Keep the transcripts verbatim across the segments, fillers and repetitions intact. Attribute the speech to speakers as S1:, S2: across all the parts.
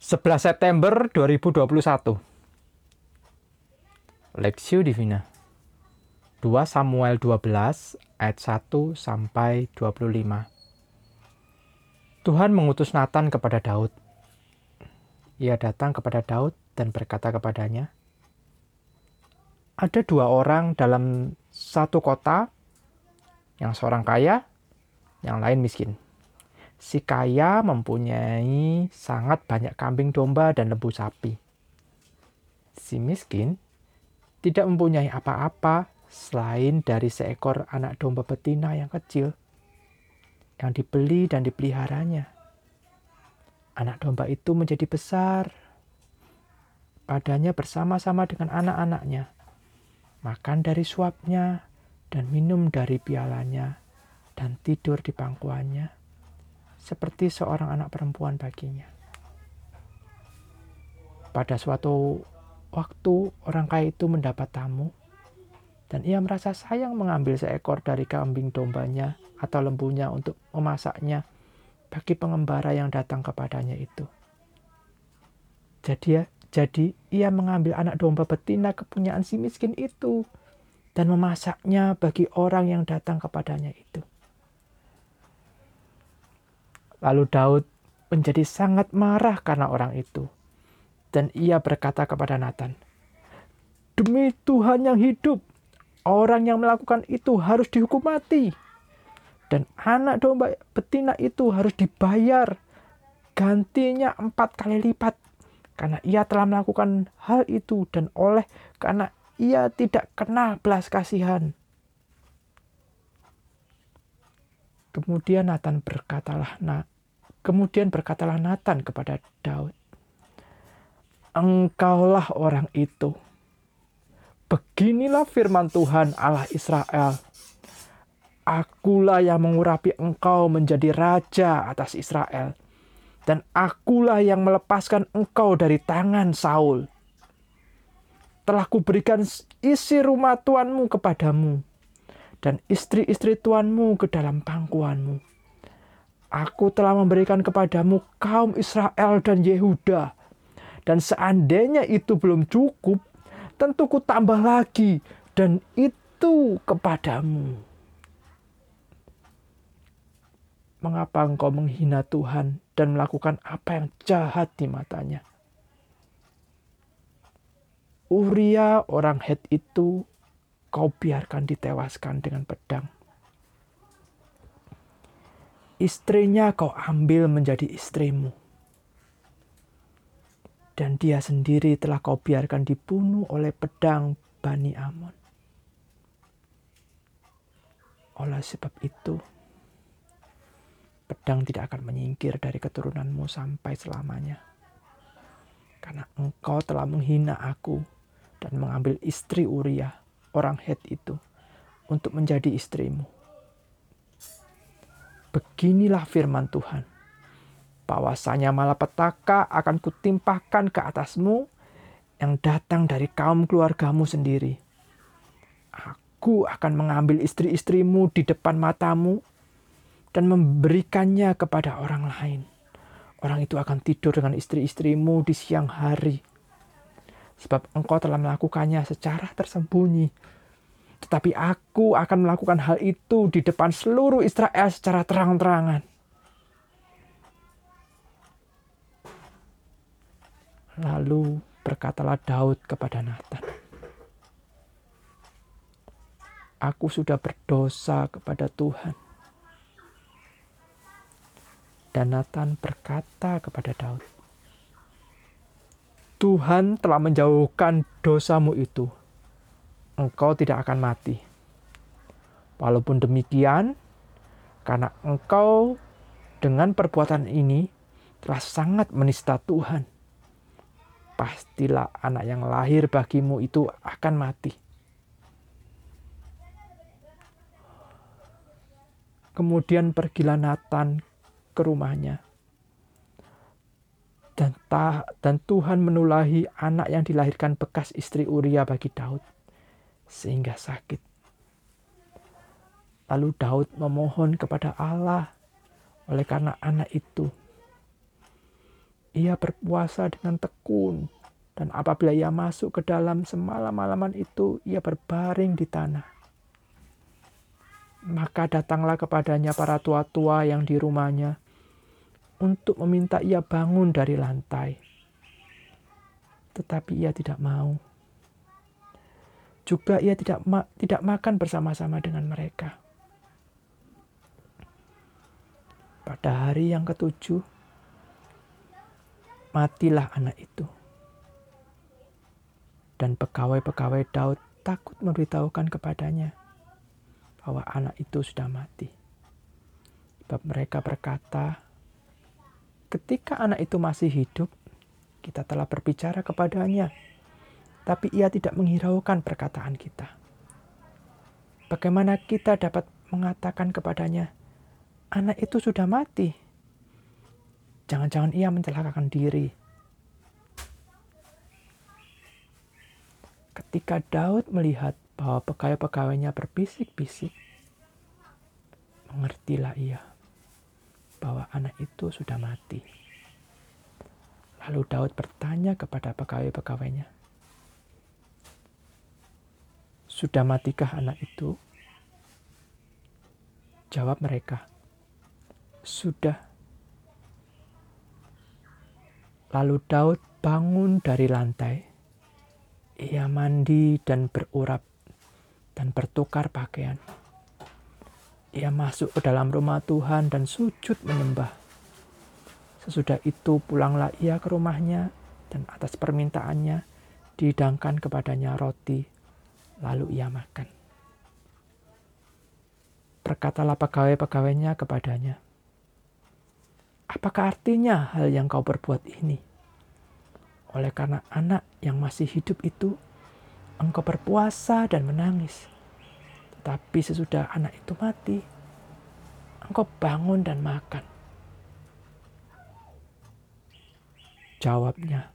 S1: sebelas September dua ribu dua puluh satu. Lexio Divina. dua Samuel dua belas ayat satu sampai dua puluh lima. Tuhan mengutus Nathan kepada Daud. Ia datang kepada Daud dan berkata kepadanya, ada dua orang dalam satu kota, yang seorang kaya, yang lain miskin. Si kaya mempunyai sangat banyak kambing domba dan lembu sapi. Si miskin tidak mempunyai apa-apa selain dari seekor anak domba betina yang kecil yang dibeli dan dipeliharanya. Anak domba itu menjadi besar padanya bersama-sama dengan anak-anaknya, makan dari suapnya dan minum dari pialanya dan tidur di pangkuannya seperti seorang anak perempuan baginya. Pada suatu waktu orang kaya itu mendapat tamu dan ia merasa sayang mengambil seekor dari kambing dombanya atau lembunya untuk memasaknya bagi pengembara yang datang kepadanya itu. Jadi, jadi ia mengambil anak domba betina kepunyaan si miskin itu dan memasaknya bagi orang yang datang kepadanya itu. Lalu Daud menjadi sangat marah karena orang itu. Dan ia berkata kepada Nathan, demi Tuhan yang hidup, orang yang melakukan itu harus dihukum mati. Dan anak domba betina itu harus dibayar gantinya empat kali lipat. Karena ia telah melakukan hal itu dan oleh karena ia tidak kena belas kasihan. Kemudian Nathan berkatalah, nah, kemudian berkatalah Nathan kepada Daud, engkaulah orang itu. Beginilah firman Tuhan Allah Israel. Akulah yang mengurapi engkau menjadi raja atas Israel. Dan akulah yang melepaskan engkau dari tangan Saul. Telah kuberikan isi rumah tuanmu kepadamu. Dan istri-istri tuanmu ke dalam pangkuanmu. Aku telah memberikan kepadamu kaum Israel dan Yehuda. Dan seandainya itu belum cukup, tentu ku tambah lagi. Dan itu kepadamu. Mengapa engkau menghina Tuhan dan melakukan apa yang jahat di matanya? Uria orang Het itu kau biarkan ditewaskan dengan pedang. Istrinya kau ambil menjadi istrimu. Dan dia sendiri telah kau biarkan dibunuh oleh pedang Bani Amon. Oleh sebab itu, pedang tidak akan menyingkir dari keturunanmu sampai selamanya. Karena engkau telah menghina aku dan mengambil istri Uria, orang Het itu, untuk menjadi istrimu. Beginilah firman Tuhan. Bahwasanya malapetaka akan kutimpahkan ke atasmu yang datang dari kaum keluargamu sendiri. Aku akan mengambil istri-istrimu di depan matamu dan memberikannya kepada orang lain. Orang itu akan tidur dengan istri-istrimu di siang hari. Sebab engkau telah melakukannya secara tersembunyi. Tetapi aku akan melakukan hal itu di depan seluruh Israel secara terang-terangan. Lalu berkatalah Daud kepada Nathan, aku sudah berdosa kepada Tuhan. Dan Nathan berkata kepada Daud, Tuhan telah menjauhkan dosamu itu. Engkau tidak akan mati. Walaupun demikian, karena engkau dengan perbuatan ini telah sangat menista Tuhan. Pastilah anak yang lahir bagimu itu akan mati. Kemudian pergilah Nathan ke rumahnya. Dan, ta, dan Tuhan menulahi anak yang dilahirkan bekas istri Uria bagi Daud. Sehingga sakit. Lalu Daud memohon kepada Allah oleh karena anak itu. Ia berpuasa dengan tekun, dan apabila ia masuk ke dalam semalam-malaman itu, ia berbaring di tanah. Maka datanglah kepadanya para tua-tua yang di rumahnya untuk meminta ia bangun dari lantai. Tetapi ia tidak mau. Juga ia tidak ma- tidak makan bersama-sama dengan mereka. Pada hari yang ketujuh, matilah anak itu. Dan pegawai-pegawai Daud takut memberitahukan kepadanya bahwa anak itu sudah mati. Sebab mereka berkata, ketika anak itu masih hidup, kita telah berbicara kepadanya, tapi ia tidak menghiraukan perkataan kita. Bagaimana kita dapat mengatakan kepadanya, anak itu sudah mati? Jangan-jangan ia mencelakakan diri. Ketika Daud melihat bahwa pegawai-pegawainya berbisik-bisik, mengertilah ia bahwa anak itu sudah mati. Lalu Daud bertanya kepada pegawai-pegawainya, sudah matikah anak itu? Jawab mereka, sudah. Lalu Daud bangun dari lantai. Ia mandi dan berurap dan bertukar pakaian. Ia masuk ke dalam rumah Tuhan dan sujud menyembah. Sesudah itu pulanglah ia ke rumahnya dan atas permintaannya dihidangkan kepadanya roti, lalu ia makan. Berkatalah pegawai-pegawainya kepadanya, apakah artinya hal yang kau perbuat ini? Oleh karena anak yang masih hidup itu, engkau berpuasa dan menangis. Tetapi sesudah anak itu mati, engkau bangun dan makan. Jawabnya,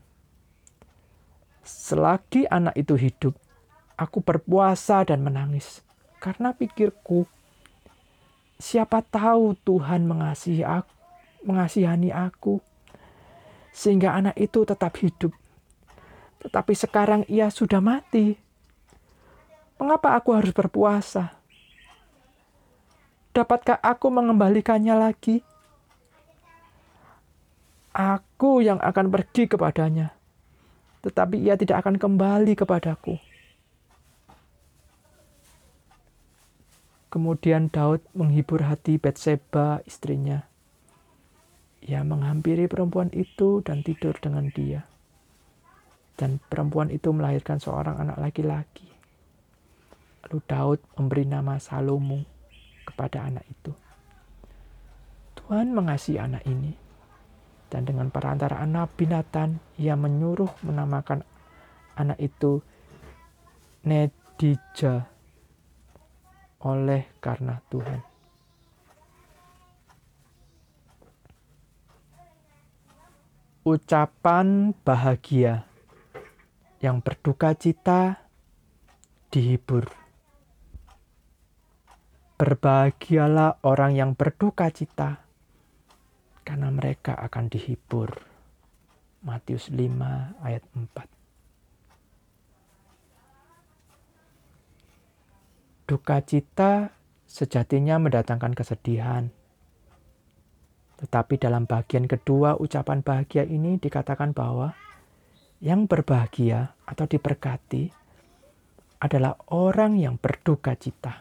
S1: selagi anak itu hidup, aku berpuasa dan menangis. Karena pikirku, siapa tahu Tuhan mengasihi aku, mengasihani aku, sehingga anak itu tetap hidup. Tetapi sekarang ia sudah mati. Mengapa aku harus berpuasa? Dapatkah aku mengembalikannya lagi? Aku yang akan pergi kepadanya, tetapi ia tidak akan kembali kepadaku. Kemudian Daud menghibur hati Batseba istrinya. Ia menghampiri perempuan itu dan tidur dengan dia. Dan perempuan itu melahirkan seorang anak laki-laki. Lalu Daud memberi nama Salomo kepada anak itu. Tuhan mengasihi anak ini. Dan dengan perantaraan Nabi Nathan, ia menyuruh menamakan anak itu Nedija, oleh karena Tuhan. Ucapan bahagia yang berduka cita dihibur. Berbahagialah orang yang berduka cita, karena mereka akan dihibur. Matius lima ayat empat. Duka cita sejatinya mendatangkan kesedihan. Tetapi dalam bagian kedua ucapan bahagia ini dikatakan bahwa yang berbahagia atau diberkati adalah orang yang berduka cita.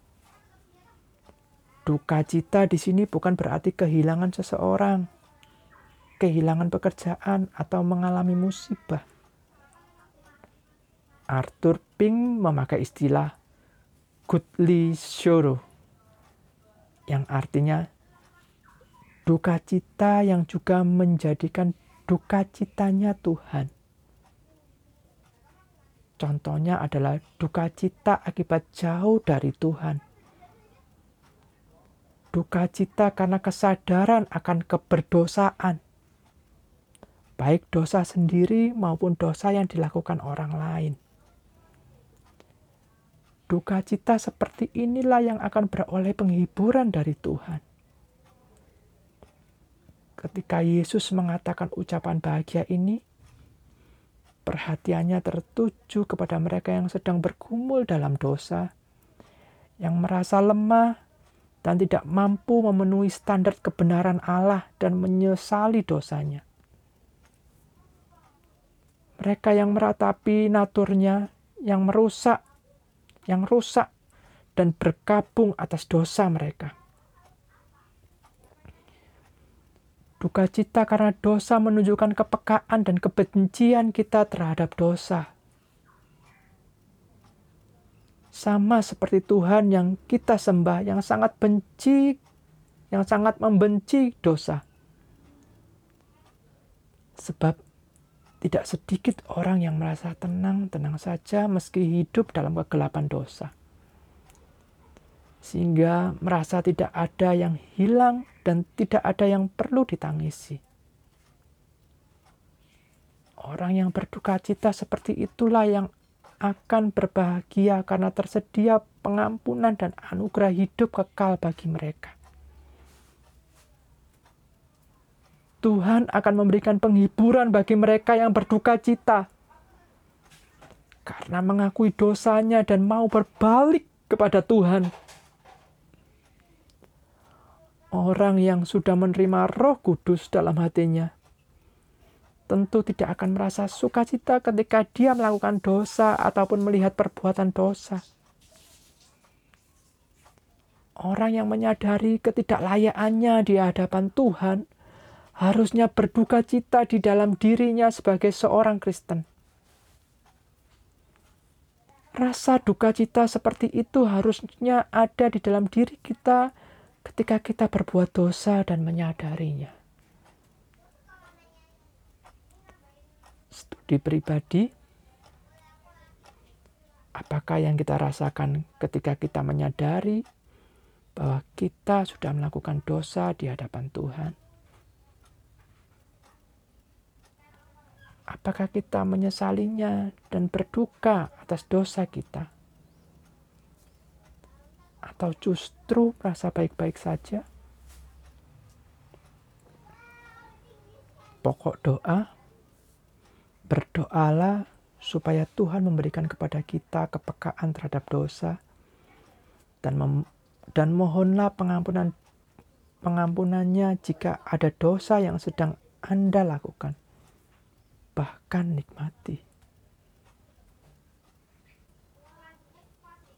S1: Duka cita di sini bukan berarti kehilangan seseorang, kehilangan pekerjaan, atau mengalami musibah. Arthur Pink memakai istilah godly sorrow, yang artinya duka cita yang juga menjadikan duka citanya Tuhan. Contohnya adalah duka cita akibat jauh dari Tuhan. Duka cita karena kesadaran akan keberdosaan, baik dosa sendiri maupun dosa yang dilakukan orang lain. Duka cita seperti inilah yang akan beroleh penghiburan dari Tuhan. ketika Yesus mengatakan ucapan bahagia ini, perhatiannya tertuju kepada mereka yang sedang bergumul dalam dosa, yang merasa lemah dan tidak mampu memenuhi standar kebenaran Allah dan menyesali dosanya. Mereka yang meratapi naturnya, yang merusak, yang rusak, dan berkabung atas dosa mereka. Duka cita karena dosa menunjukkan kepekaan dan kebencian kita terhadap dosa. Sama seperti Tuhan yang kita sembah, yang sangat benci, yang sangat membenci dosa. Sebab tidak sedikit orang yang merasa tenang-tenang saja meski hidup dalam kegelapan dosa. Sehingga merasa tidak ada yang hilang dan tidak ada yang perlu ditangisi. Orang yang berduka cita seperti itulah yang akan berbahagia karena tersedia pengampunan dan anugerah hidup kekal bagi mereka. Tuhan akan memberikan penghiburan bagi mereka yang berduka cita karena mengakui dosanya dan mau berbalik kepada Tuhan. Orang yang sudah menerima Roh Kudus dalam hatinya tentu tidak akan merasa sukacita ketika dia melakukan dosa ataupun melihat perbuatan dosa. Orang yang menyadari ketidaklayakannya di hadapan Tuhan harusnya berduka cita di dalam dirinya sebagai seorang Kristen. Rasa duka cita seperti itu harusnya ada di dalam diri kita ketika kita berbuat dosa dan menyadarinya. Studi pribadi, apakah yang kita rasakan ketika kita menyadari bahwa kita sudah melakukan dosa di hadapan Tuhan? Apakah kita menyesalinya dan berduka atas dosa kita? Atau justru merasa baik-baik saja? Pokok doa, berdoalah supaya Tuhan memberikan kepada kita kepekaan terhadap dosa dan mem- dan mohonlah pengampunan pengampunannya jika ada dosa yang sedang Anda lakukan. Bahkan nikmati.